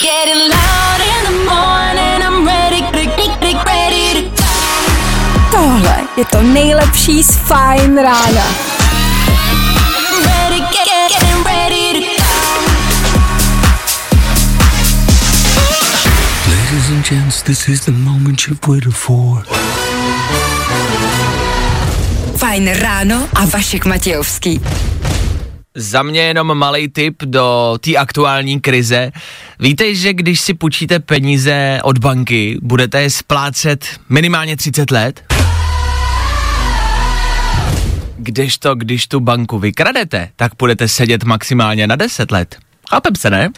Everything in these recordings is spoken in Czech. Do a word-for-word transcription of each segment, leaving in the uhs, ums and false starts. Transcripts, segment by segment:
Tohle je to nejlepší z Fajn rána. Ladies and gents, this is the moment you've waited for. Fajn ráno a Vašek Matějovský. Za mě jenom malej tip do té aktuální krize. Víte, že když si půjčíte peníze od banky, budete je splácet minimálně třicet let? Kdežto, když tu banku vykradete, tak budete sedět maximálně na deset let. Chápem se, ne?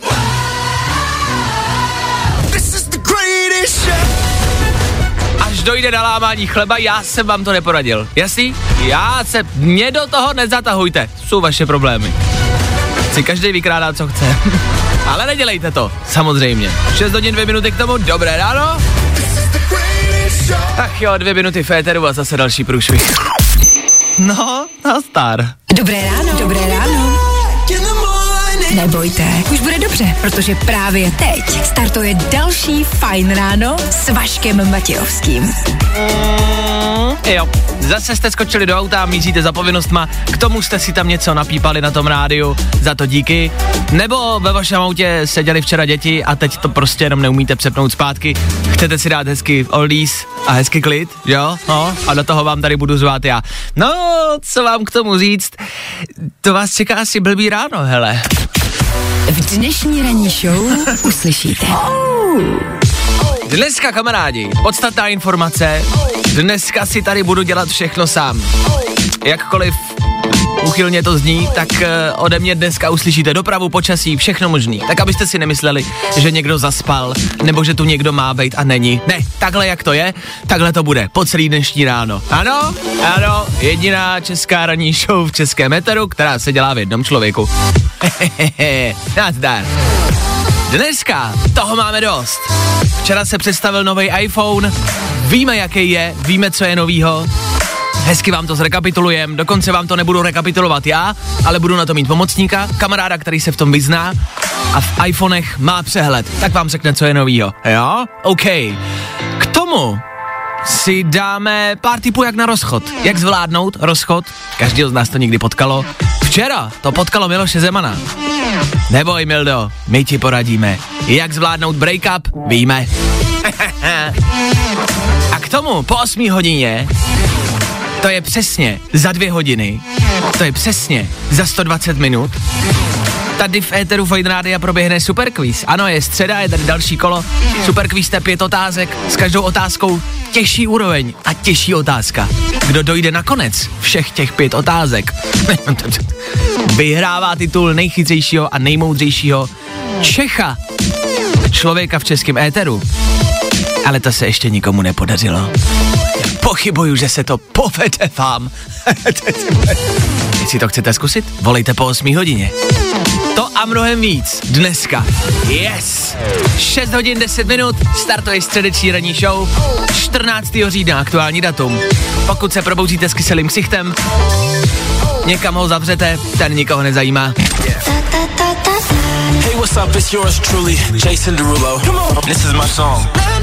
Až dojde na lámání chleba, já jsem vám to neporadil. Jasný? Já se, mě do toho nezatahujte. Jsou vaše problémy. Si každý vykrádá, co chce. Ale nedělejte to, samozřejmě. šest hodin, dvě minuty k tomu, dobré ráno. Ach jo, dvě minuty féteru a zase další průšvih. No, nastar. Dobré ráno. Dobré ráno. Nebojte, už bude dobře, protože právě teď startuje další Fajn ráno s Vaškem Matějovským. Mm, jo, zase jste skočili do auta a míříte za povinnostma, k tomu jste si tam něco napípali na tom rádiu, za to díky. Nebo ve vašem autě seděli včera děti a teď to prostě jenom neumíte přepnout zpátky. Chcete si dát hezky oldies a hezky klid, jo? No, a do toho vám tady budu zvát já. No, co vám k tomu říct? To vás čeká asi blbý ráno, hele. V dnešní ranní show uslyšíte. Dneska, kamarádi, podstatná informace. Dneska si tady budu dělat všechno sám. Jakkoliv uchylně to zní, tak uh, ode mě dneska uslyšíte dopravu, počasí, všechno možný. Tak abyste si nemysleli, že někdo zaspal, nebo že tu někdo má být a není. Ne, takhle jak to je, takhle to bude po celý dnešní ráno. Ano, ano, jediná česká ranní show v českém éteru, která se dělá v jednom člověku. Hehehe, nazdar. Dneska toho máme dost. Včera se představil nový iPhone, víme jaký je, víme co je novýho. Hezky vám to zrekapitulujem, dokonce vám to nebudu rekapitulovat já, ale budu na to mít pomocníka, kamaráda, který se v tom vyzná a v iPhonech má přehled, tak vám řekne, co je novýho. Jo? OK. K tomu si dáme pár tipů jak na rozchod. Jak zvládnout rozchod? Každýho z nás to někdy potkalo. Včera to potkalo Miloše Zemana. Neboj, Mildo, my ti poradíme. Jak zvládnout break-up? Víme. A k tomu po osmé hodině, to je přesně za dvě hodiny, to je přesně za sto dvacet minut, tady v éteru Fajn rádia proběhne superkvíz. Ano, je středa, je tady další kolo. Superkvíz, je pět otázek, s každou otázkou těžší úroveň a těžší otázka. Kdo dojde na konec všech těch pět otázek, vyhrává titul nejchytřejšího a nejmoudřejšího Čecha. Člověka v českém éteru. Ale to se ještě nikomu nepodařilo. Pochybuju, že se to povede vám. Jestli to chcete zkusit, volejte po osmé hodině. To a mnohem víc dneska. Yes! šest hodin deset minut, startuje středeční ranní show. čtrnáctého října aktuální datum. Pokud se probouzíte s kyselým ksichtem, někam ho zavřete, ten nikoho nezajímá. Yeah. Hey, what's up? It's yours truly, Jason Derulo. This is my song.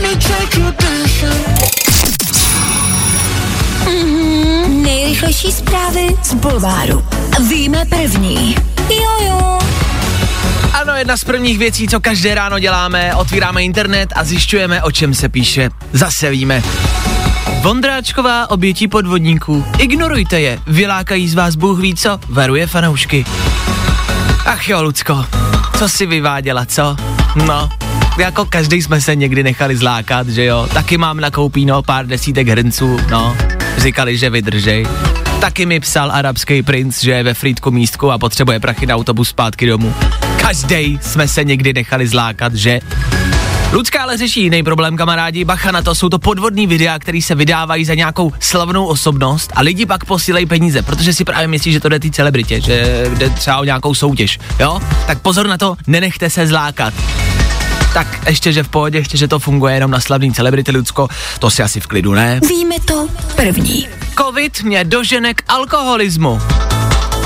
Mm-hmm, nejrychlejší zprávy z bulváru. Víme první. Jojo. Ano, jedna z prvních věcí, co každé ráno děláme, otvíráme internet a zjišťujeme, o čem se píše. Zase víme. Vondráčková obětí podvodníků. Ignorujte je, vylákají z vás Bůh ví co, varuje fanoušky. Ach jo, Lucko, co si vyváděla, co? No, jako každý jsme se někdy nechali zlákat, že jo? Taky mám nakoupíno pár desítek hrnců, no. Říkali, že vydržej. Taky mi psal arabský princ, že je ve Frýdku místku a potřebuje prachy na autobus zpátky domů. Každej jsme se někdy nechali zlákat, že? Lucka ale řeší jiný problém, kamarádi, bacha na to, jsou to podvodný videa, který se vydávají za nějakou slavnou osobnost a lidi pak posílají peníze, protože si právě myslí, že to jde té celebritě, že jde třeba o nějakou soutěž, jo? Tak pozor na to, nenechte se zlákat. Tak ještě, že v pohodě, ještě, že to funguje jenom na slavný celebrity, Lucko, to si asi v klidu, ne? Víme to první. Covid mě dožene k alkoholismu.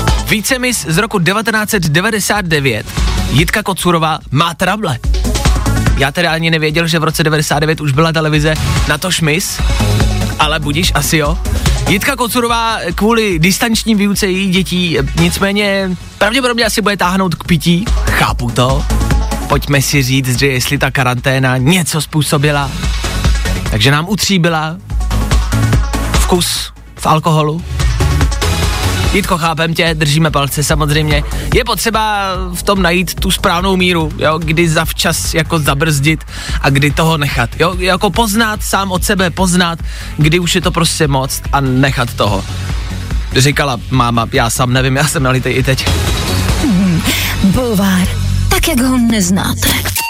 Vícemis z roku devatenáct set devadesát devět. Jitka Kocurová má trable. Já teda ani nevěděl, že v roce devadesát devět už byla televize na to šmis, ale budiš, asi jo. Jitka Kocurová kvůli distanční výuce jejich dětí, nicméně pravděpodobně asi bude táhnout k pití, chápu to. Pojďme si říct, že jestli ta karanténa něco způsobila, takže nám utříbila vkus v alkoholu. Jitko, chápem tě, držíme palce samozřejmě. Je potřeba v tom najít tu správnou míru, jo, kdy zavčas jako zabrzdit a kdy toho nechat, jo, jako poznat sám od sebe, poznat, kdy už je to prostě moc a nechat toho. Říkala máma, já sám nevím, já jsem nalitej i teď. Hmm, bulvár, tak jak ho neznáte.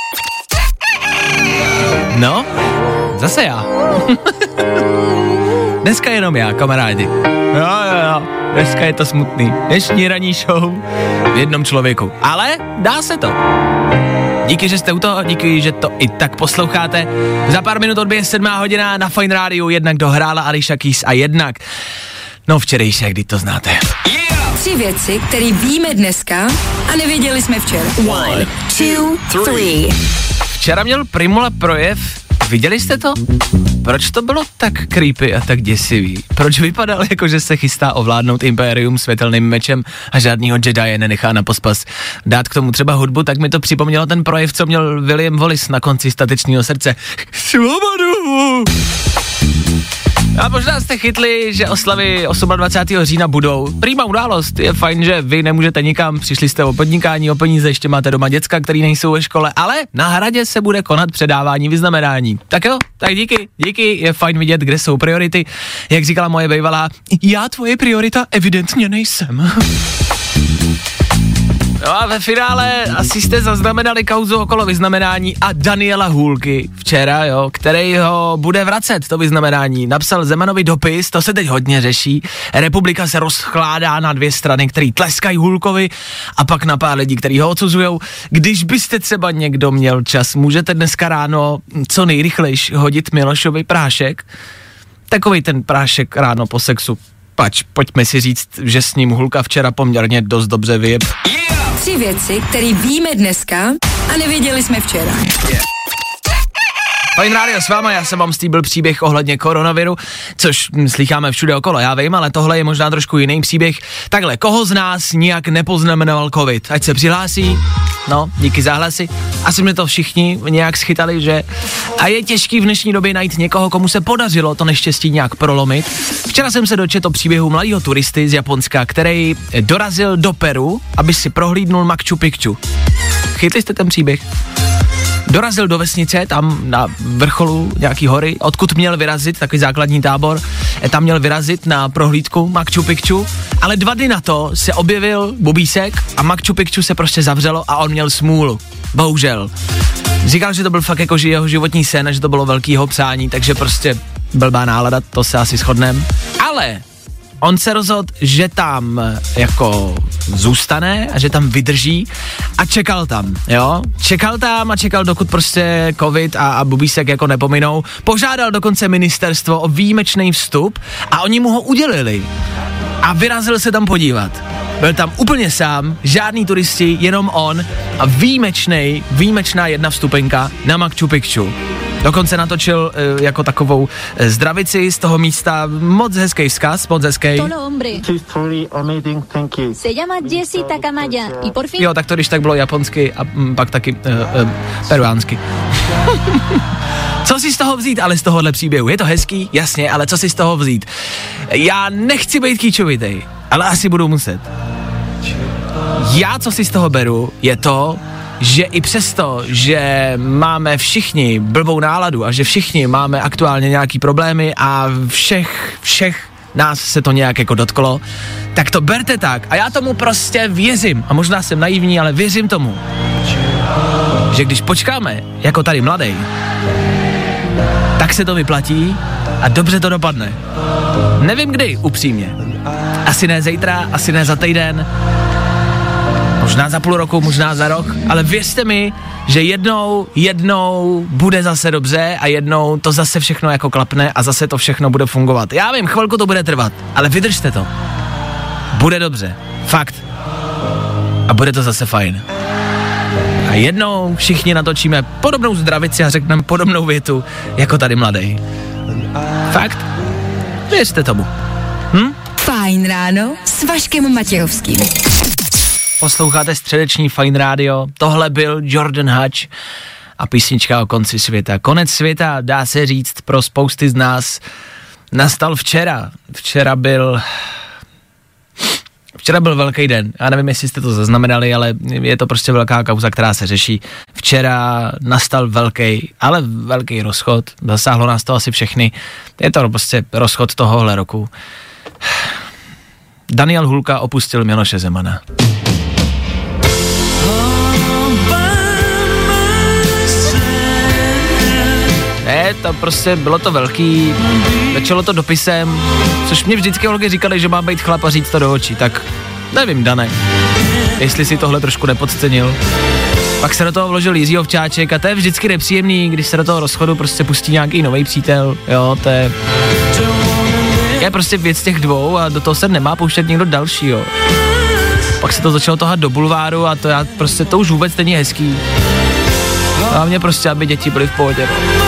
No, zase já. Dneska jenom já, kamarádi. Jo, jo, jo, dneska je to smutný. Dnešní ranní show v jednom člověku. Ale dá se to. Díky, že jste u toho, díky, že to i tak posloucháte. Za pár minut odběje sedmá hodina na Fajn rádiu, jednak dohrála Alicia Keys a jednak, no včerejšek, kdy to znáte. Yeah! Tři věci, které víme dneska a nevěděli jsme včera. One, two, three. Včera měl Primula projev. Viděli jste to? Proč to bylo tak creepy a tak děsivý? Proč vypadal jako, že se chystá ovládnout impérium světelným mečem a žádnýho Jedi nenechá na pospas dát k tomu třeba hudbu, tak mi to připomnělo ten projev, co měl William Wallace na konci Statečného srdce. Svobodu! A možná jste chytli, že oslavy dvacátého osmého října budou. Prýma událost, je fajn, že vy nemůžete nikam, přišli jste o podnikání, o peníze, ještě máte doma děcka, který nejsou ve škole, ale na hradě se bude konat předávání vyznamenání. Tak jo, tak díky, díky, je fajn vidět, kde jsou priority. Jak říkala moje bejvalá, já tvoje priorita evidentně nejsem. No a ve finále asi jste zaznamenali kauzu okolo vyznamenání a Daniela Hůlky včera, jo, který ho bude vracet, to vyznamenání. Napsal Zemanovi dopis, to se teď hodně řeší. Republika se rozchládá na dvě strany, který tleskají Hůlkovi a pak na pár lidí, který ho odsuzujou. Když byste třeba někdo měl čas, můžete dneska ráno co nejrychlejš hodit Milošovi prášek. Takovej ten prášek ráno po sexu. Pač, pojďme si říct, že s ním Hůlka včera poměrně dost dobře vyjeb. Yeah! Tři věci, které víme dneska a nevěděli jsme včera. Yeah. Fajn rádio s váma, já jsem vám slíbil příběh ohledně koronaviru, což slycháme všude okolo, já vím, ale tohle je možná trošku jiný příběh. Takhle, koho z nás nijak nepoznamenoval covid? Ať se přihlásí, no, díky záhlasy. Asi mě to všichni nějak schytali, že? A je těžký v dnešní době najít někoho, komu se podařilo to neštěstí nějak prolomit. Včera jsem se dočetl o příběhu mladého turisty z Japonska, který dorazil do Peru, aby si prohlídnul Machu Picchu. Chytli jste ten příběh? Dorazil do vesnice, tam na vrcholu nějaký hory, odkud měl vyrazit, takový základní tábor, tam měl vyrazit na prohlídku Machu Picchu, ale dva dny na to se objevil bubísek a Machu Picchu se prostě zavřelo a on měl smůlu. Bohužel. Říkal, že to byl fakt jako jeho životní sen a že to bylo velký jeho přání, takže prostě blbá nálada, to se asi shodneme. Ale on se rozhodl, že tam jako zůstane a že tam vydrží a čekal tam, jo? Čekal tam a čekal, dokud prostě covid a, a bubísek jako nepominou. Požádal dokonce ministerstvo o výjimečný vstup a oni mu ho udělili. A vyrazil se tam podívat. Byl tam úplně sám, žádný turisti, jenom on a výjimečnej, výjimečná jedna vstupenka na Machu Picchu. Dokonce natočil uh, jako takovou uh, zdravici z toho místa, moc hezký vzkaz, moc hezký. Jo, tak to když tak bylo japonsky a m, pak taky uh, uh, peruánsky. Co si z toho vzít ale z tohohle příběhu? Je to hezký, jasně, ale co si z toho vzít? Já nechci být kýčovitej, ale asi budu muset. Já, co si z toho beru, je to, že i přesto, že máme všichni blbou náladu a že všichni máme aktuálně nějaký problémy a všech, všech nás se to nějak jako dotklo, tak to berte tak a já tomu prostě věřím a možná jsem naivní, ale věřím tomu, že když počkáme jako tady mladej, tak se to vyplatí a dobře to dopadne. Nevím kdy, upřímně. Asi ne zítra, asi ne za týden, možná za půl roku, možná za rok, ale věřte mi, že jednou, jednou bude zase dobře a jednou to zase všechno jako klapne a zase to všechno bude fungovat. Já vím, chvilku to bude trvat, ale vydržte to. Bude dobře. Fakt. A bude to zase fajn. A jednou všichni natočíme podobnou zdravici a řekneme podobnou větu, jako tady mladej. Fakt? Věřte tomu. Hm? Fajn ráno s Vaškem Matějovským. Posloucháte středeční Fajn rádio, tohle byl Jordan Hutch a písnička o konci světa. Konec světa, dá se říct, pro spousty z nás nastal včera. Včera byl... Včera byl velký den. Já nevím, jestli jste to zaznamenali, ale je to prostě velká kauza, která se řeší. Včera nastal velký, ale velký rozchod. Zasáhlo nás to asi všechny. Je to prostě rozchod tohohle roku. Daniel Hulka opustil Miloše Zemana. Ne, to prostě bylo to velký, začalo to dopisem, což mě vždycky holky říkali, že má být chlap a říct to do očí, tak nevím, Dane, jestli si tohle trošku nepodcenil. Pak se do toho vložil Jiří Ovčáček a to je vždycky nepříjemný, když se do toho rozchodu prostě pustí nějaký nový přítel, jo, to je... Je prostě věc těch dvou a do toho se nemá pouštět někdo další, jo. Pak se to začalo tohat do bulváru a to já prostě, to už vůbec není hezký. A mě prostě, aby děti byly v pohodě.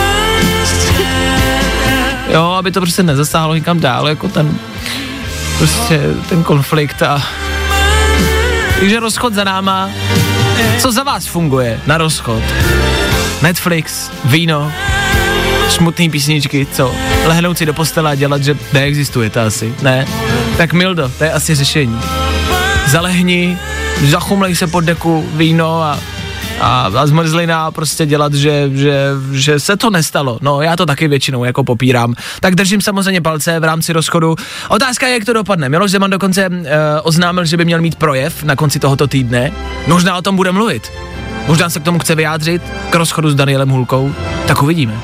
Jo, aby to prostě nezasáhlo nikam dál, jako ten, prostě ten konflikt a... Takže rozchod za náma. Co za vás funguje na rozchod? Netflix, víno, smutný písničky, co? Lehnout si do postele a dělat, že neexistuje to asi, ne? Tak Mildo, to je asi řešení. Zalehni, zachumlej se pod deku víno a, a, a zmrzlina prostě dělat, že, že, že se to nestalo. No, já to taky většinou jako popírám. Tak držím samozřejmě palce v rámci rozchodu. Otázka je, jak to dopadne. Miloš Zeman dokonce uh, oznámil, že by měl mít projev na konci tohoto týdne. Možná o tom bude mluvit. Možná se k tomu chce vyjádřit, k rozchodu s Danielem Hulkou. Tak uvidíme.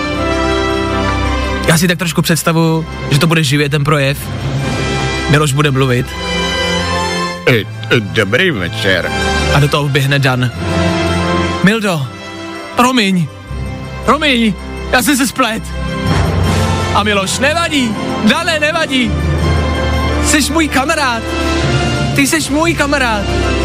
Já si tak trošku představuji, že to bude živě ten projev. Miloš bude mluvit. Dobrý večer. A do toho vběhne Dan. Mildo, promiň, promiň, já jsem se splet. A Miloš, nevadí, Dane, nevadí. Jseš můj kamarád, ty jseš můj kamarád.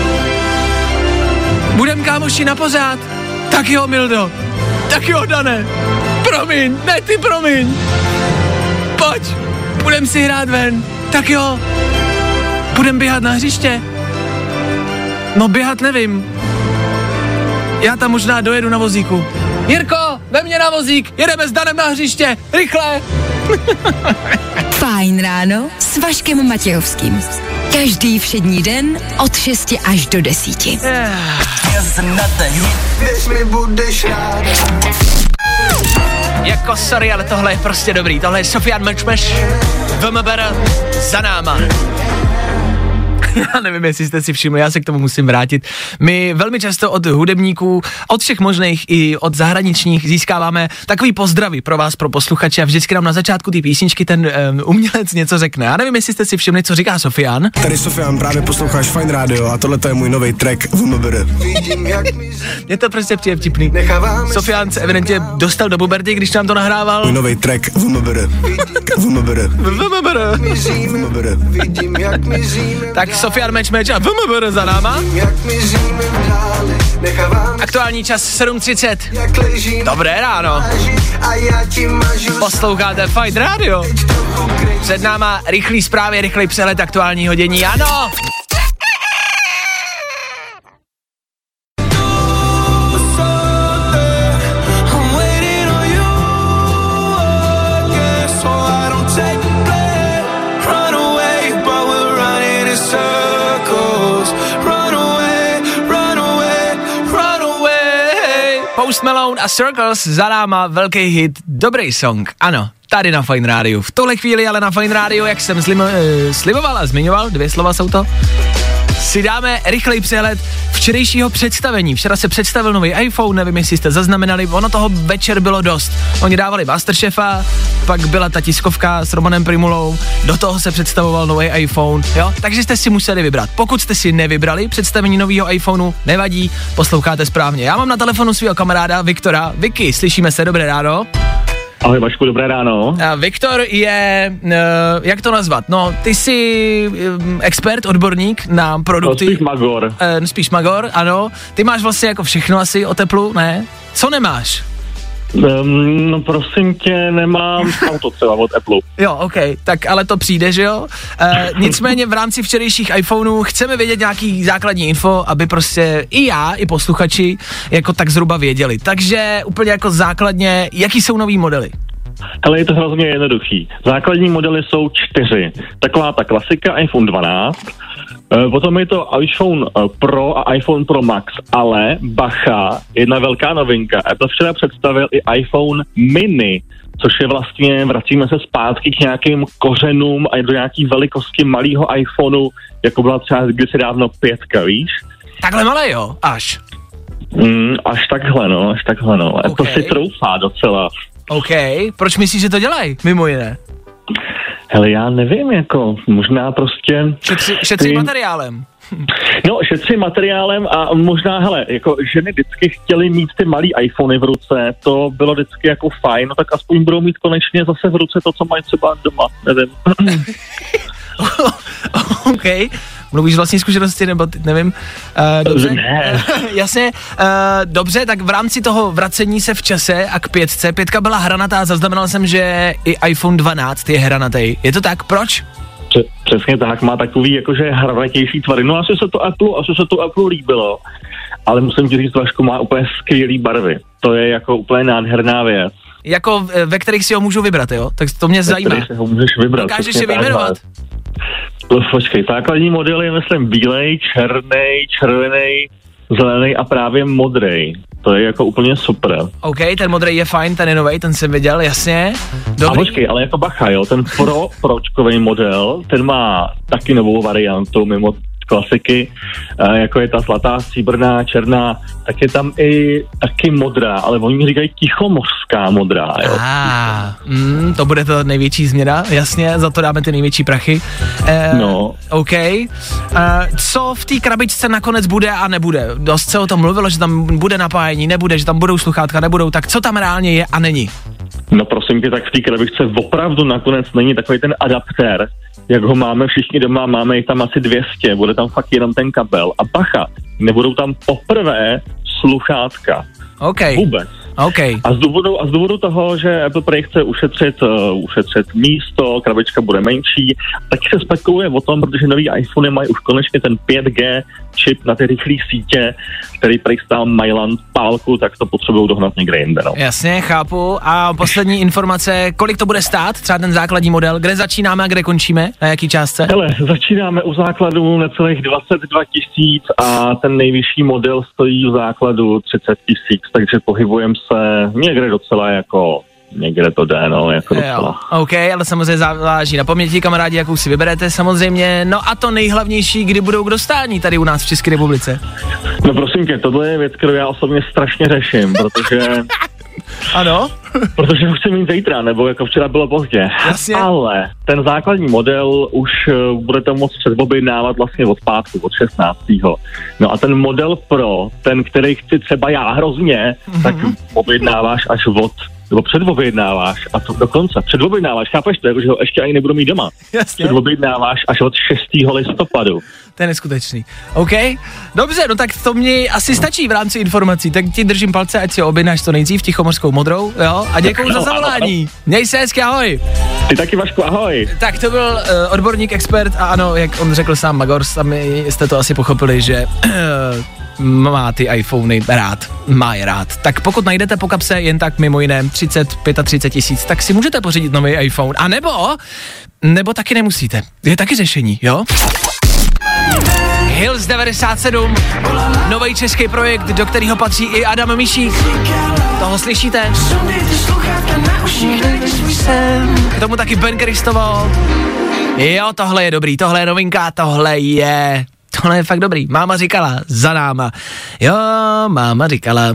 Budem kámoši na pořád. Tak jo, Mildo, tak jo, Dane. Promiň, ne, ty promiň. Pojď, budem si hrát ven. Tak jo, budem běhat na hřiště. No běhat nevím. Já tam možná dojedu na vozíku. Jirko, ve mě na vozík, jedeme s Danem na hřiště, rychle. Fajn ráno s Vaškem Matějovským. Každý všední den od šesti až do desíti. Jako sorry, ale tohle je prostě dobrý. Tohle je Sofian Mečmeš, V M B R, za náma. Já nevím, jestli jste si všimli, já se k tomu musím vrátit. My velmi často od hudebníků, od všech možných i od zahraničních získáváme takový pozdravy pro vás, pro posluchače a vždycky nám na začátku té písničky ten um, umělec něco řekne. Já nevím, jestli jste si všimli, co říká Sofian. Tady Sofian, právě posloucháš Fajn rádio a tohle je můj nový track V M B R. Je to prostě přijde vtipný. Sofian se evidentně dostal do puberty, když nám to nahrával. Můj nový track V M B R. V M B R. V M B R. Tak Sofian Meč Meč a V M B R za náma. Aktuální čas sedm třicet. Dobré ráno. Posloucháte Fajn rádio. Před náma rychlý zprávy, rychlý přehled aktuálního dění. Ano! Post Malone a Circles za náma, velký hit, dobrý song, ano, tady na Fajn rádiu. V tohle chvíli ale na Fajn rádiu, jak jsem slim, eh, sliboval a zmiňoval, dvě slova jsou to, si dáme rychlej přehled včerejšího představení. Včera se představil nový iPhone, nevím, jestli jste zaznamenali, ono toho večer bylo dost. Oni dávali Masterchefa, pak byla ta tiskovka s Romanem Primulou, do toho se představoval nový iPhone, jo? Takže jste si museli vybrat. Pokud jste si nevybrali představení nového iPhoneu, nevadí, posloucháte správně. Já mám na telefonu svého kamaráda Viktora. Vicky, slyšíme se, dobré ráno. Ahoj Vašku, dobré ráno. A Viktor je, uh, jak to nazvat, no ty jsi um, expert, odborník na produkty. No, spíš magor. Uh, spíš magor, ano. Ty máš vlastně jako všechno asi o teplu, ne? Co nemáš? Um, no prosím tě, nemám auto třeba od Apple. Jo, ok, tak ale to přijde, že jo? Uh, nicméně v rámci včerejších iPhoneů chceme vědět nějaký základní info, aby prostě i já, i posluchači jako tak zhruba věděli. Takže úplně jako základně, jaký jsou nový modely? Ale je to hrozně jednoduchý. Základní modely jsou čtyři. Taková ta klasika iPhone dvanáct, potom je to iPhone Pro a iPhone Pro Max, ale bacha, jedna velká novinka. Apple včera představil i iPhone Mini, což je vlastně, vracíme se zpátky k nějakým kořenům a do nějaký velikosti malého iPhoneu, jako byla třeba kdysi dávno pětka, víš? Takhle malé, jo? Až. Mm, až takhle, no, až takhle, no. Okay. To si troufá docela. OK, proč myslíš, že to dělají, mimo jiné? Hele, já nevím, jako, možná prostě... Šetří, šetří ty... materiálem. No, šetří materiálem a možná, hele, jako ženy vždycky chtěly mít ty malý iPhony v ruce, to bylo vždycky jako fajn, no tak aspoň budou mít konečně zase v ruce to, co mají třeba doma, nevím. OK, mluvíš vlastní zkušenosti, nebo ty, nevím. Uh, dobře, ne. Jasně, uh, dobře, tak v rámci toho vracení se v čase a k pětce, pětka byla hranatá, zaznamenal jsem, že i iPhone dvanáct je hranatý. Je to tak, proč? Přesně tak, má takový jakože hranatější tvary. No asi se to Apple, asi se to Apple líbilo, ale musím ti říct, Vašku, má úplně skvělý barvy. To je jako úplně nádherná věc. Jako ve kterých si ho můžu vybrat, jo? Tak to mě ve zajímá. Ve kterých si ho můžeš vybrat. Dokážeš si vyjmenovat? Počkej, základní model je, myslím, bílej, černej, červený, zelený a právě modrej. To je jako úplně super. OK, ten modrej je fajn, ten je novej, ten jsem viděl, jasně. Dobrý. A počkej, ale jako bacha, jo, ten pro, pročkový model, ten má taky novou variantu mimo klasiky, e, jako je ta zlatá, stříbrná, černá, tak je tam i taky modrá, ale oni říkají tichomořská modrá, jo. Ah, mm, to bude to největší změna, jasně, za to dáme ty největší prachy. E, no. OK. E, co v té krabičce nakonec bude a nebude? Dost se o tom mluvilo, že tam bude napájení, nebude, že tam budou sluchátka, nebudou, tak co tam reálně je a není? No prosím tě, tak v té krabičce opravdu nakonec není takový ten adaptér, jak ho máme všichni doma, máme jich tam asi dvě stě, bude tam fakt jenom ten kabel. A bacha, nebudou tam poprvé sluchátka. OK. Vůbec. OK. A z důvodu, a z důvodu toho, že Apple Play chce ušetřit, uh, ušetřit místo, krabička bude menší, taky se spekuluje o tom, protože nový iPhone mají už konečně ten pět G čip na ty rychlé sítě, který prý stál Mailand pálku, tak to potřebují dohnat někde jinde. No. Jasně, chápu. A poslední informace, kolik to bude stát, třeba ten základní model, kde začínáme a kde končíme, na jaký částce? Hele, začínáme u základu necelých dvacet dva tisíc a ten nejvyšší model stojí u základu třicet tisíc, takže pohybujeme se někde docela jako, někde to jde, no, jako jo, docela. OK, ale samozřejmě záleží na paměti, kamarádi, jakou si vyberete samozřejmě. No a to nejhlavnější, kdy budou k dostání tady u nás v České republice? No prosím tě, tohle je věc, kterou já osobně strašně řeším, protože... Ano? Protože už chci mít zítra, nebo jako včera bylo pozdě. Jasně. Ale ten základní model už uh, budete moct předobjednávat vlastně od pátku, od šestnáctého No a ten model Pro, ten, který chci třeba já hrozně, mm-hmm. tak objednáváš až od, nebo předobjednáváš a to dokonce předobjednáváš, chápeš to, že ho ještě ani nebudu mít doma. Jasně. Předobjednáváš až od šestého listopadu To je neskutečný. OK, dobře, no tak to mě asi stačí v rámci informací, tak ti držím palce, ať si objednáš to nejdřív tichomořskou modrou, jo, a děkuju za zavolání. Měj se hezky, ahoj. Ty taky, Vašku, ahoj. Tak to byl uh, odborník, expert a ano, jak on řekl sám Magor, sami jste to asi pochopili, že má ty iPhony rád, má je rád. Tak pokud najdete po kapse jen tak mimo jiné třicet, třicet pět tisíc, tak si můžete pořídit nový iPhone. A nebo, nebo taky nemusíte. Je taky řešení, jo? Hills devadesát sedm, nový český projekt, do kterého patří i Adam Mišík. Toho slyšíte? K tomu taky Ben Kristoval. Jo, tohle je dobrý, tohle je novinka, tohle je... Tohle je fakt dobrý. Máma říkala za náma. Jo, máma říkala.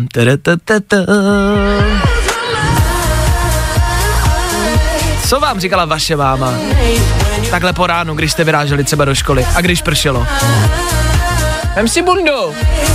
Co vám říkala vaše máma? Takhle po ránu, když jste vyráželi třeba do školy a když pršelo. Vem si bundu.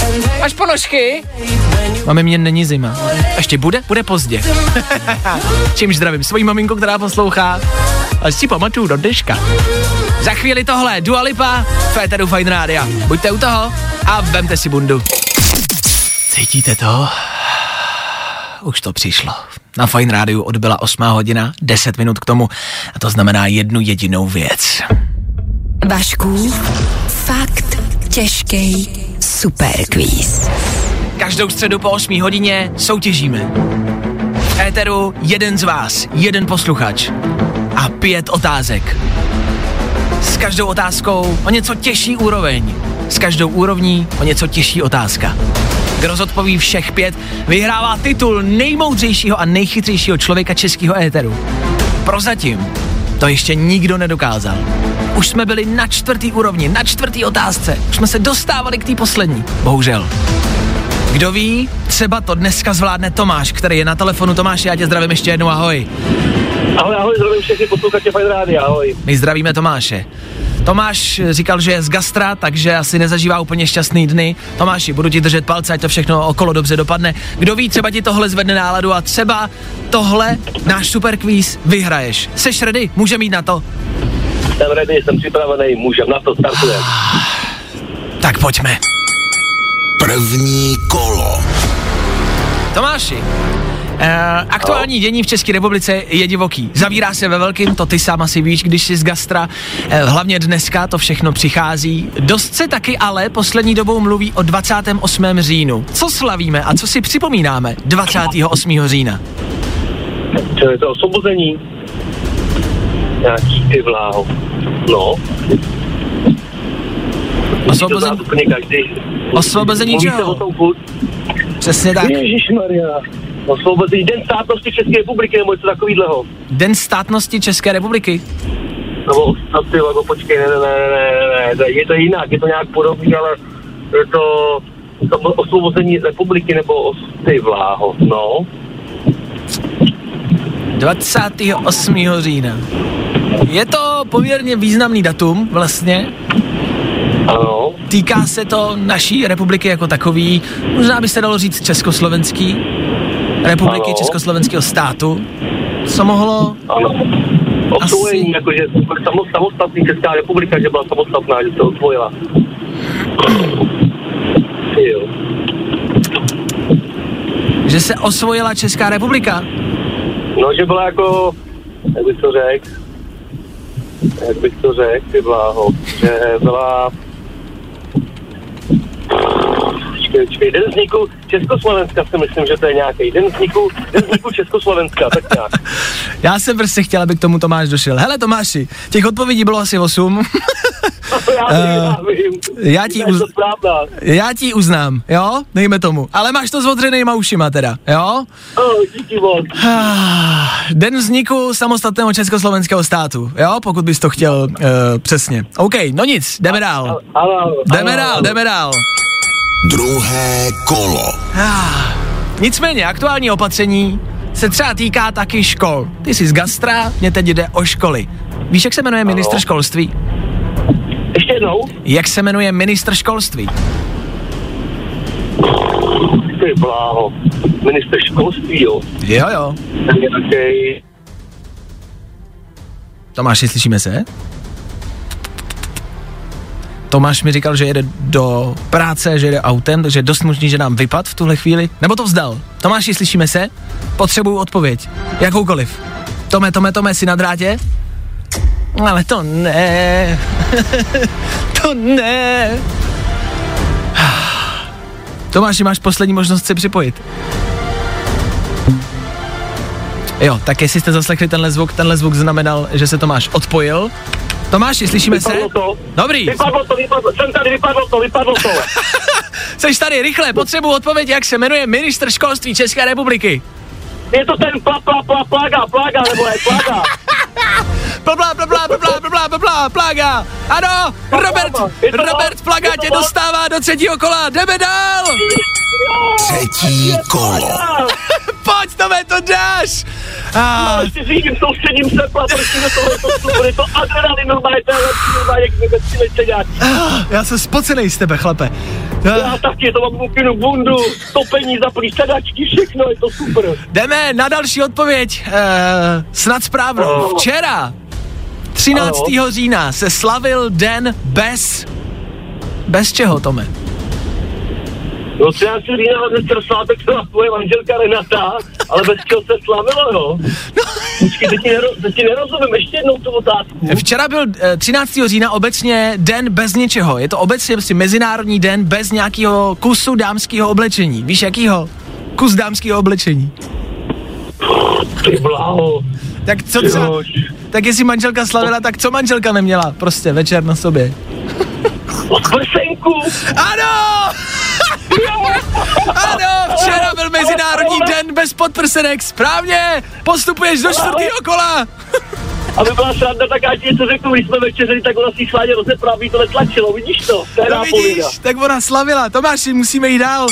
Až ponožky? Mami, mě není zima. Ještě bude? Bude pozdě. Čímž zdravím svoji maminku, která poslouchá. Až si pamatuju do dneška. Za chvíli tohle, Dua Lipa, v éteru Fajn Rádia. Buďte u toho a vemte si bundu. Cítíte to? Už to přišlo. Na Fajn Rádiu odbyla osmá hodina, deset minut k tomu a to znamená jednu jedinou věc. Vašku, fakt těžký superkvíz. Každou středu po osmé hodině soutěžíme. V éteru jeden z vás, jeden posluchač a pět otázek. S každou otázkou o něco těžší úroveň. S každou úrovní o něco těžší otázka. Kdo zodpoví všech pět, vyhrává titul nejmoudřejšího a nejchytřejšího člověka českého éteru. Prozatím to ještě nikdo nedokázal. Už jsme byli na čtvrtý úrovni, na čtvrtý otázce. Už jsme se dostávali k té poslední. Bohužel. Kdo ví, třeba to dneska zvládne Tomáš, který je na telefonu. Tomáši, já tě zdravím ještě jednou, ahoj. Ahoj, ahoj, zdravím všechny posluchače Fajn Rádia, ahoj. My zdravíme Tomáše. Tomáš říkal, že je z gastra, takže asi nezažívá úplně šťastný dny. Tomáši, budu ti držet palce, ať to všechno okolo dobře dopadne. Kdo ví, třeba ti tohle zvedne náladu a třeba tohle, náš superkvíz, vyhraješ. Seš ready? Můžeme jít na to? Jsem ready, jsem připravený, můžem, na to startujeme. Tak pojďme. První kolo. Tomáši, eh, aktuální dění v České republice je divoký. Zavírá se ve velkým, to ty sám asi víš, když jsi z gastra. Eh, hlavně dneska to všechno přichází. Dost se taky ale poslední dobou mluví o dvacátém osmém říjnu. Co slavíme a co si připomínáme dvacátého osmého října? Co je to osvobození? Nějaký ty vláho. No. Osvobození? Osvobození čeho? Přesně tak. Ježišmarja. Osvobození Den státnosti České republiky nebo něco takovýhleho. Den státnosti České republiky? Nebo ty logo, počkej, ne, ne, ne, ne, ne, je to jinak, je to nějak podobný, ale je to, to osvobození republiky nebo os, ty vláho, no. dvacátého osmého října. Je to poměrně významný datum vlastně. Ano. Týká se to naší republiky jako takový, možná by se dalo říct československý, republiky ano. Československého státu. Co mohlo? Ano. Osvojení, jakože samostatný Česká republika, že byla samostatná, že se osvojila. Jo. Že se osvojila Česká republika? No, že byla jako, jak bych to řekl, jak bych to řekl, ty bláho, že byla, počkej, počkej, den vzniku Československa, si myslím, že to je nějaký den vzniku, den vzniku Československa, tak nějak. Já jsem prostě chtěl, aby k tomu Tomáš došel. Hele Tomáši, těch odpovědí bylo asi osm. já vím, já vím. Já ti, uz... já ti uznám, jo, dejme tomu. Ale máš to s odřenýma ušima teda, jo? Oh, díky moc. Den vzniku samostatného československého státu, jo, pokud bys to chtěl uh, přesně. OK, no nic, jdeme dál. Jdeme dál, jdeme dál. Druhé kolo. Nicméně, aktuální opatření se třeba týká taky škol. Ty jsi z gastra, mě teď jde o školy. Víš, jak se jmenuje ministr školství? Ještě jednou? Jak se jmenuje ministr školství? Ty bláho. Ministr školství, jo? Jo, jo. Tak je takej... Tomáši, slyšíme se? Tomáš mi říkal, že jede do práce, že jede autem, takže je dost možný, že nám vypad v tuhle chvíli. Nebo to vzdal. Tomáši, slyšíme se? Potřebuju odpověď. Jakoukoliv. Tome, Tome, Tome, jsi na drátě? Ale to ne. To ne. Tomáši, máš poslední možnost se připojit. Jo, tak jestli jste zaslechli tenhle zvuk, tenhle zvuk znamenal, že se Tomáš odpojil. Tomáši, slyšíme vypadlo se? To. Dobrý. Vypadlo to, vypadlo, jsem tady, vypadlo to, vypadlo to. Seš tady, rychle, potřebuji odpověď, jak se jmenuje ministr školství České republiky. Je to ten pla, pla, pla, plaga, plaga, nebo je plaga. Plblá, plblá, plblá, plblá, plblá, plaga. Ano, Robert, Robert Plaga tě dostává do třetího kola, jdeme dál. Třetí kolo. Pojď, Tome, to dáš. A... No, si řídím, soustředím se, prostě do toho, je to super, je to adrenalin, normálně, to je lepší, normálně, jak mi bezpilečce nějaký. Já jsem spocenej z tebe, chlape. Já taky, to mám kupinu bundu, topení, zaplý sedačky, všechno, je to super. Jdeme na další odpověď, uh, snad správnou. Včera, třináctého října, se slavil den bez... Bez čeho, Tome? No třináctého října dneska svátek byla tvoje manželka Renata, ale bez čeho se slavilo, jo? No. Počkej, teď ti, nero, teď ti nerozumím, ještě jednou tu otázku. Včera byl třináctého října obecně den bez něčeho. Je to obecně prostě mezinárodní den bez nějakého kusu dámského oblečení. Víš jakýho? Kus dámského oblečení. Ty bláho. Tak co třeba, tak jestli manželka slavila, tak co manželka neměla prostě večer na sobě? Prsenku. Ano! Ano, včera byl mezinárodní den bez podprsenek, správně, postupuješ do čtvrtého kola. Aby byla sranda, tak já ti něco řeknu, když jsme večeřili, tak ona si Sláďa rozepraví, to netlačilo, vidíš to? To je no vidíš, tak ona slavila, Tomáši, musíme jít dál.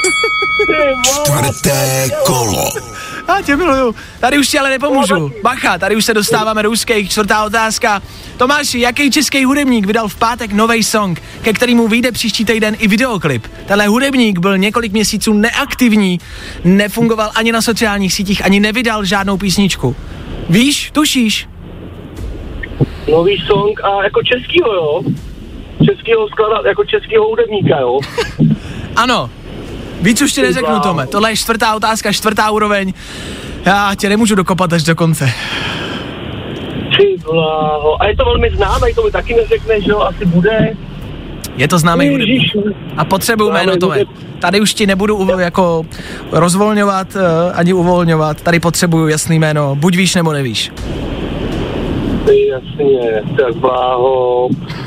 Čtvrté kolo. A tě miluju. Tady už ti ale nepomůžu. Bacha, tady už se dostáváme do úzkých. Čtvrtá otázka. Tomáši, jaký český hudebník vydal v pátek nový song, ke kterému vyjde příští týden i videoklip? Tenhle hudebník byl několik měsíců neaktivní, nefungoval ani na sociálních sítích, ani nevydal žádnou písničku. Víš, tušíš? Nový song a jako českýho, jo? Českýho sklada, jako českýho hudebníka, jo? Ano. Víc už ti neřeknu, Tome. Tohle je čtvrtá otázka, čtvrtá úroveň. Já tě nemůžu dokopat až do konce. Ty bláho. A je to velmi známé, to mi taky neřekneš, jo? Asi bude. Je to známý hudebník. A potřebuju jméno, Tome. Tady už ti nebudu uvo- jako rozvolňovat, uh, ani uvolňovat. Tady potřebuju jasný jméno. Buď víš, nebo nevíš. Ty jasně, tak bláho.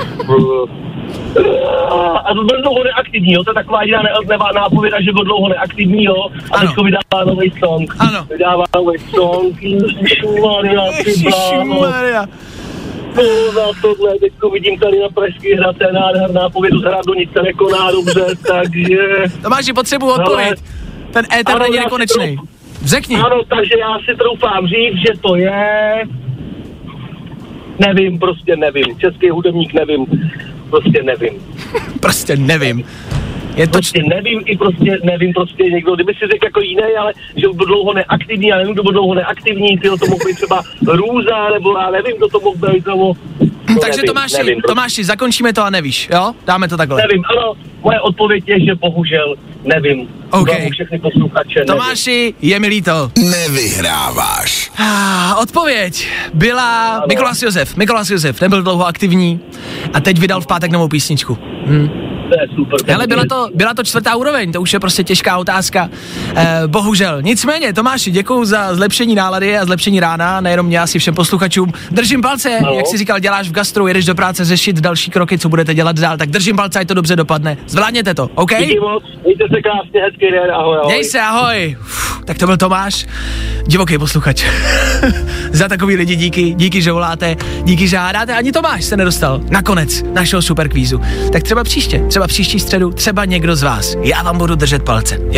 A to byl dlouho neaktivní, jo? To je taková jediná ne- nápověda, že byl dlouho neaktivní, jo? A teďko vydává nový song. Ano. Vydává nový song. Ježišmarja, ty bláho. Ježišmarja. No, za tohle, teďko vidím tady na Pražský hrad, nádherná povědu z hradu, nic se nekoná dobře, takže... Tomáši, potřebuji odpověď. Ten éter není nekonečný. Řekni. Ano, takže já si troufám říct, že to je... Nevím, prostě nevím. Český hudebník nevím. Prostě nevím. Prostě nevím. Je to prostě č... nevím i prostě nevím prostě někdo, kdyby si řekl jako jiný, ale že byl dlouho neaktivní, ale nevím, kdo byl dlouho neaktivní, ty to mohl být třeba Růza, nebo já nevím, kdo to mohl být, nebo... No, takže nevím, Tomáši, nevím, Tomáši, zakončíme to a nevíš, jo? Dáme to takhle. Nevím, ano, moje odpověď je, že bohužel nevím. Okay. Všechny posluchače, Tomáši, je mi líto. Nevyhráváš. Ah, odpověď byla ano. Mikolas Josef. Mikolas Josef nebyl dlouho aktivní a teď vydal v pátek novou písničku. Hm. To je super. Hele, byla to, byla to čtvrtá úroveň, to už je prostě těžká otázka. Eh, bohužel. Nicméně, Tomáši, děkuju za zlepšení nálady a zlepšení rána, nejenom mě, asi všem posluchačům. Držím palce, no. Jak jsi říkal, děláš v gastru, jedeš do práce řešit další kroky, co budete dělat dál, tak držím palce, ať to dobře dopadne. Zvládněte to, OK? Díky moc, mějte se krásně, hezký den, ahoj, ahoj. Měj se, ahoj. Uf, tak to byl Tomáš, divoký posluchač. Za takový lidi díky, díky, že voláte, díky, že hádáte, ani Tomáš se nedostal nakonec našeho superkvízu. Tak třeba příště, třeba příští středu, třeba někdo z vás. Já vám budu držet palce, jo?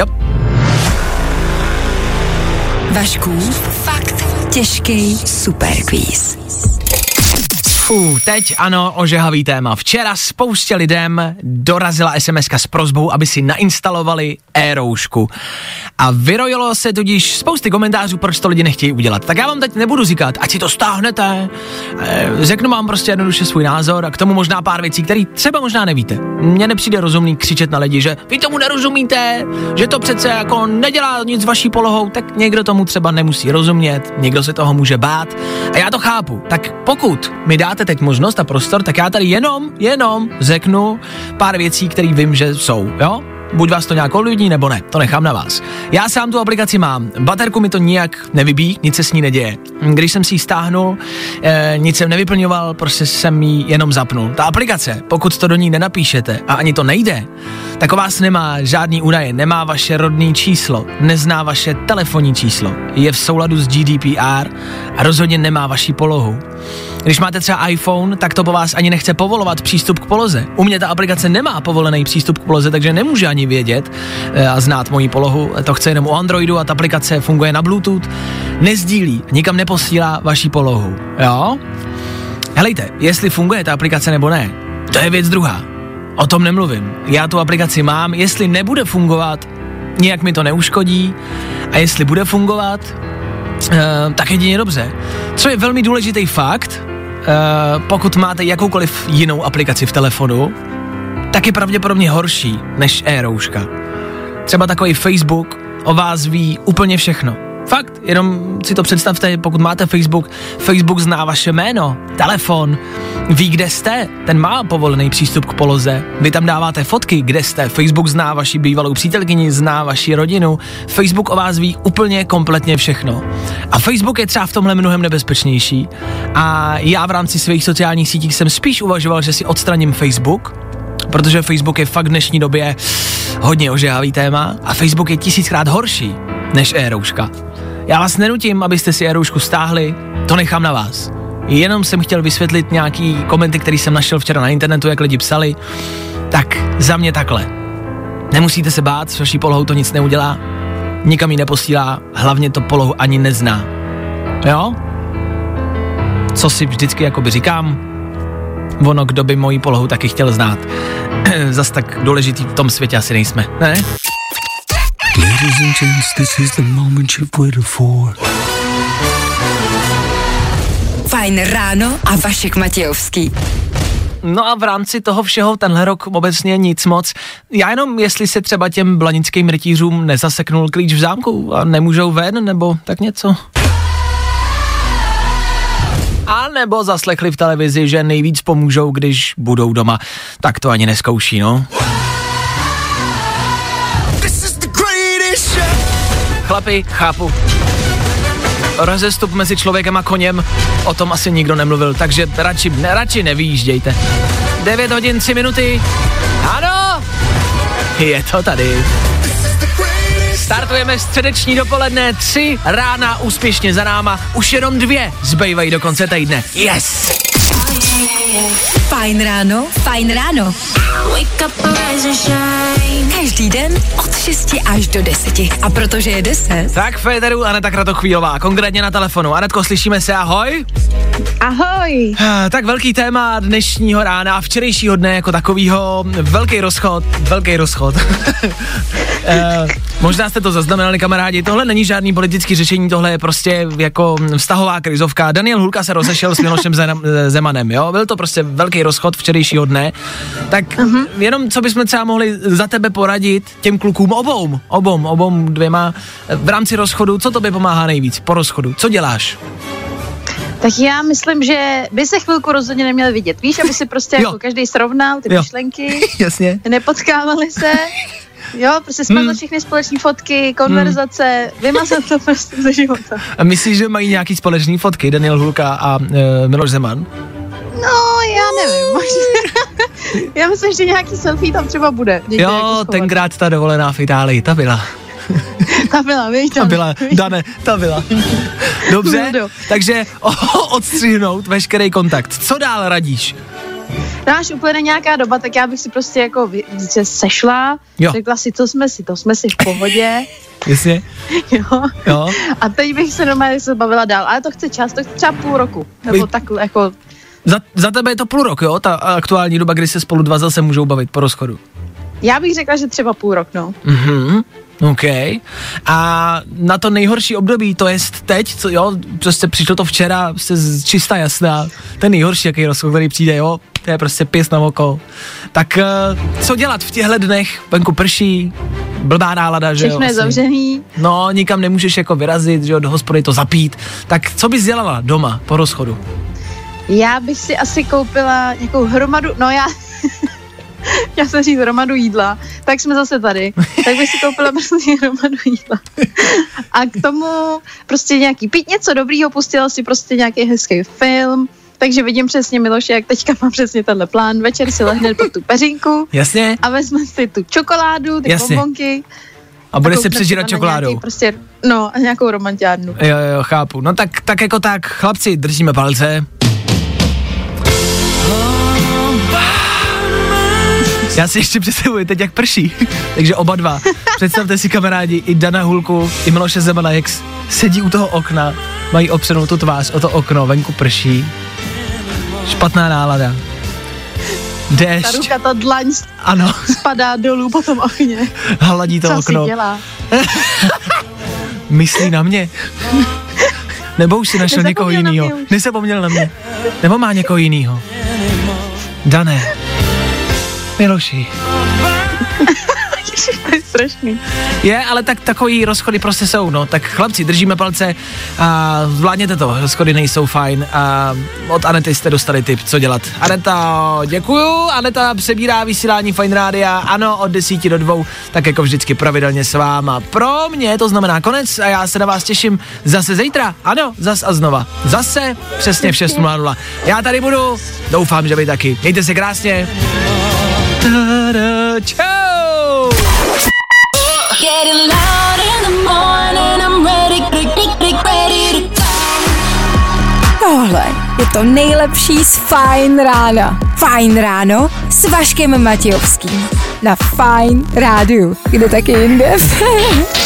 Vašku, fakt těžký superkvíz. Uh, teď ano, ožehavý téma. Včera spoustě lidem dorazila es em eska s prosbou, aby si nainstalovali e-roušku. A vyrojilo se tudíž spousty komentářů, proč to lidi nechtějí udělat. Tak já vám teď nebudu říkat, ať si to stáhnete. E, řeknu vám prostě jednoduše svůj názor a k tomu možná pár věcí, které třeba možná nevíte. Mně nepřijde rozumný křičet na lidi, že vy tomu nerozumíte, že to přece jako nedělá nic s vaší polohou, tak někdo tomu třeba nemusí rozumět, někdo se toho může bát. A já to chápu. Tak pokud mi dáte teď možnost a prostor, tak já tady jenom, jenom řeknu pár věcí, které vím, že jsou, jo? Buď vás to nějak ovlivní, nebo ne, to nechám na vás. Já sám tu aplikaci mám, baterku mi to nijak nevybíjí, nic se s ní neděje. Když jsem si ji stáhnul, eh, nic jsem nevyplňoval, prostě jsem ji jenom zapnul. Ta aplikace, pokud to do ní nenapíšete a ani to nejde, tak o vás nemá žádný údaje, nemá vaše rodné číslo, nezná vaše telefonní číslo, je v souladu s G D P R a rozhodně nemá vaši polohu. Když máte třeba iPhone, tak to po vás ani nechce povolovat přístup k poloze. U mě ta aplikace nemá povolený přístup k poloze, takže nemůže ani vědět a znát moji polohu. To chce jenom u Androidu a ta aplikace funguje na Bluetooth. Nezdílí, nikam neposílá vaši polohu. Jo? Helejte, jestli funguje ta aplikace nebo ne, to je věc druhá. O tom nemluvím. Já tu aplikaci mám, jestli nebude fungovat, nijak mi to neuškodí a jestli bude fungovat, Uh, tak jedině dobře. Co je velmi důležitý fakt, uh, pokud máte jakoukoliv jinou aplikaci v telefonu, tak je pravděpodobně horší než e-rouška. Třeba takový Facebook o vás ví úplně všechno. Fakt, jenom si to představte, pokud máte Facebook, Facebook zná vaše jméno, telefon, ví, kde jste, ten má povolený přístup k poloze, vy tam dáváte fotky, kde jste, Facebook zná vaši bývalou přítelkyni, zná vaši rodinu, Facebook o vás ví úplně kompletně všechno. A Facebook je třeba v tomhle mnohem nebezpečnější a já v rámci svých sociálních sítí jsem spíš uvažoval, že si odstraním Facebook, protože Facebook je fakt v dnešní době hodně ožehavý téma a Facebook je tisíckrát horší než e-rouška. Já vás nenutím, abyste si e-roušku stáhli, to nechám na vás. Jenom jsem chtěl vysvětlit nějaký komenty, který jsem našel včera na internetu, jak lidi psali. Tak za mě takhle. Nemusíte se bát, s vaší polohou to nic neudělá, nikam ji neposílá, hlavně to polohu ani nezná. Jo? Co si vždycky jakoby říkám, ono, kdo by moji polohu taky chtěl znát. Zas tak důležitý v tom světě asi nejsme, ne? Ladies and gents, this is the moment you've waited for. Fajn ráno a Vašek Matějovský. No a v rámci toho všeho tenhle rok obecně nic moc. Já jenom, jestli se třeba těm blanickým rytířům nezaseknul klíč v zámku a nemůžou ven, nebo tak něco. A nebo zaslechli v televizi, že nejvíc pomůžou, když budou doma. Tak to ani neskouší, no. Chlapi, chápu. Rozestup mezi člověkem a koněm, o tom asi nikdo nemluvil, takže radši, ne, radši nevyjíždějte. devět hodin tři minuty. Ano, je to tady. Startujeme středeční dopoledne, tři rána úspěšně za náma, už jenom dvě zbývají do konce týdne. Yes! Fajn ráno, fajn ráno. Každý den od šesti až do deseti. A protože je deset. Tak Féteru, Aneta Kratochvílová, konkrétně na telefonu. Anetko, slyšíme se, ahoj? Ahoj. Tak velký téma dnešního rána a včerejšího dne jako takovýho, velký rozchod, velký rozchod. eh, možná jste to zaznamenali, kamarádi, tohle není žádný politický řešení, tohle je prostě jako vztahová krizovka. Daniel Hulka se rozešel s Milošem Zemanem, jo? Byl to prostě velký rozchod včerejšího dne. Tak uh-huh. jenom, co bychom třeba mohli za tebe poradit těm klukům, obou, obou, obou dvěma, v rámci rozchodu, co tobě pomáhá nejvíc po rozchodu? Co děláš? Tak já myslím, že by se chvilku rozhodně neměli vidět. Víš, aby si prostě jako každý srovnal ty myšlenky. Jasně. Nepotkávali se. Jo, prostě smazat hmm. všechny společné fotky, konverzace, hmm. vymazat to prostě ze života. A myslíš, že mají nějaký společný fotky, Daniel Hulka a e, Miloš Zeman? No, já nevím, možná. Já myslím, že nějaký selfie tam třeba bude. Jo, jako tenkrát ta dovolená v Itálii, ta byla. Ta byla, víš? Ta byla, Dane, ta byla. Dobře, takže odstřihnout veškerý kontakt. Co dál radíš? Až uplyne nějaká doba, tak já bych si prostě jako se sešla, jo. Řekla si, co jsme si, to jsme si v pohodě. Jasně. Jo. jo. A teď bych se normálně se bavila dál, ale to chce čas, to chce třeba půl roku, nebo Vy... takhle jako... Za, za tebe je to půl rok, jo? Ta aktuální doba, kdy se spolu dva zase můžou bavit po rozchodu. Já bych řekla, že třeba půl rok, no. Mhm. OK. A na to nejhorší období, to je teď, co jo, prostě přišlo to včera, prostě čistá jasná, ten nejhorší, jaký rozchod, který přijde, jo, to je prostě pěst na oko. Tak co dělat v těchto dnech, venku prší, blbá nálada, že jo? Všechno je zavřený. No, nikam nemůžeš jako vyrazit, že jo, do hospody to zapít. Tak co bys dělala doma po rozchodu? Já bych si asi koupila nějakou hromadu, no já... Já jsem říct hromadu jídla, tak jsme zase tady. Tak bych si koupila prostě hromadu jídla. A k tomu prostě nějaký pít něco dobrýho, pustila si prostě nějaký hezký film, Takže vidím přesně, Miloši, jak teďka mám přesně tenhle plán. Večer si lehne pod tu peřinku. Jasně. A vezme si tu čokoládu, ty Jasně. bonbonky. A bude se přežírat čokoládou. Prostě, no, a nějakou romantiárnu. Jo, jo, chápu. No tak, tak jako tak, chlapci, držíme palce. Já si ještě představuji teď, jak prší. Takže oba dva. Představte si, kamarádi, i Dana Hulku, i Miloše Zemana, jak sedí u toho okna, mají opřenou tu tvář o to okno, venku prší. Špatná nálada. Déšť. Ta ruka, ta dlaň ano. spadá dolů po tom okně. Hladí to Co okno. si dělá? Myslí na mě. Nebo už si našel někoho jinýho. Nezapomněl na mě. Nebo má někoho jinýho. Dané. Miloši. To je strašný. Je, ale tak takový rozchody prostě jsou, no. Tak chlapci, držíme palce a zvládněte to. Rozchody nejsou fajn a od Anety jste dostali tip, co dělat. Aneta, děkuju. Aneta přebírá vysílání Fajn rádia, ano, od desíti do dvou, tak jako vždycky pravidelně s váma. Pro mě to znamená konec a já se na vás těším zase zítra. Ano, zas a znova. Zase přesně v šest nula nula. Já tady budu, doufám, že vy taky. Mějte se krásně. Tada, čau! Tohle je to nejlepší z Fajn rána. Fajn ráno s Vaškem Matějovským. Na Fajn rádiu. Kde taky jinde?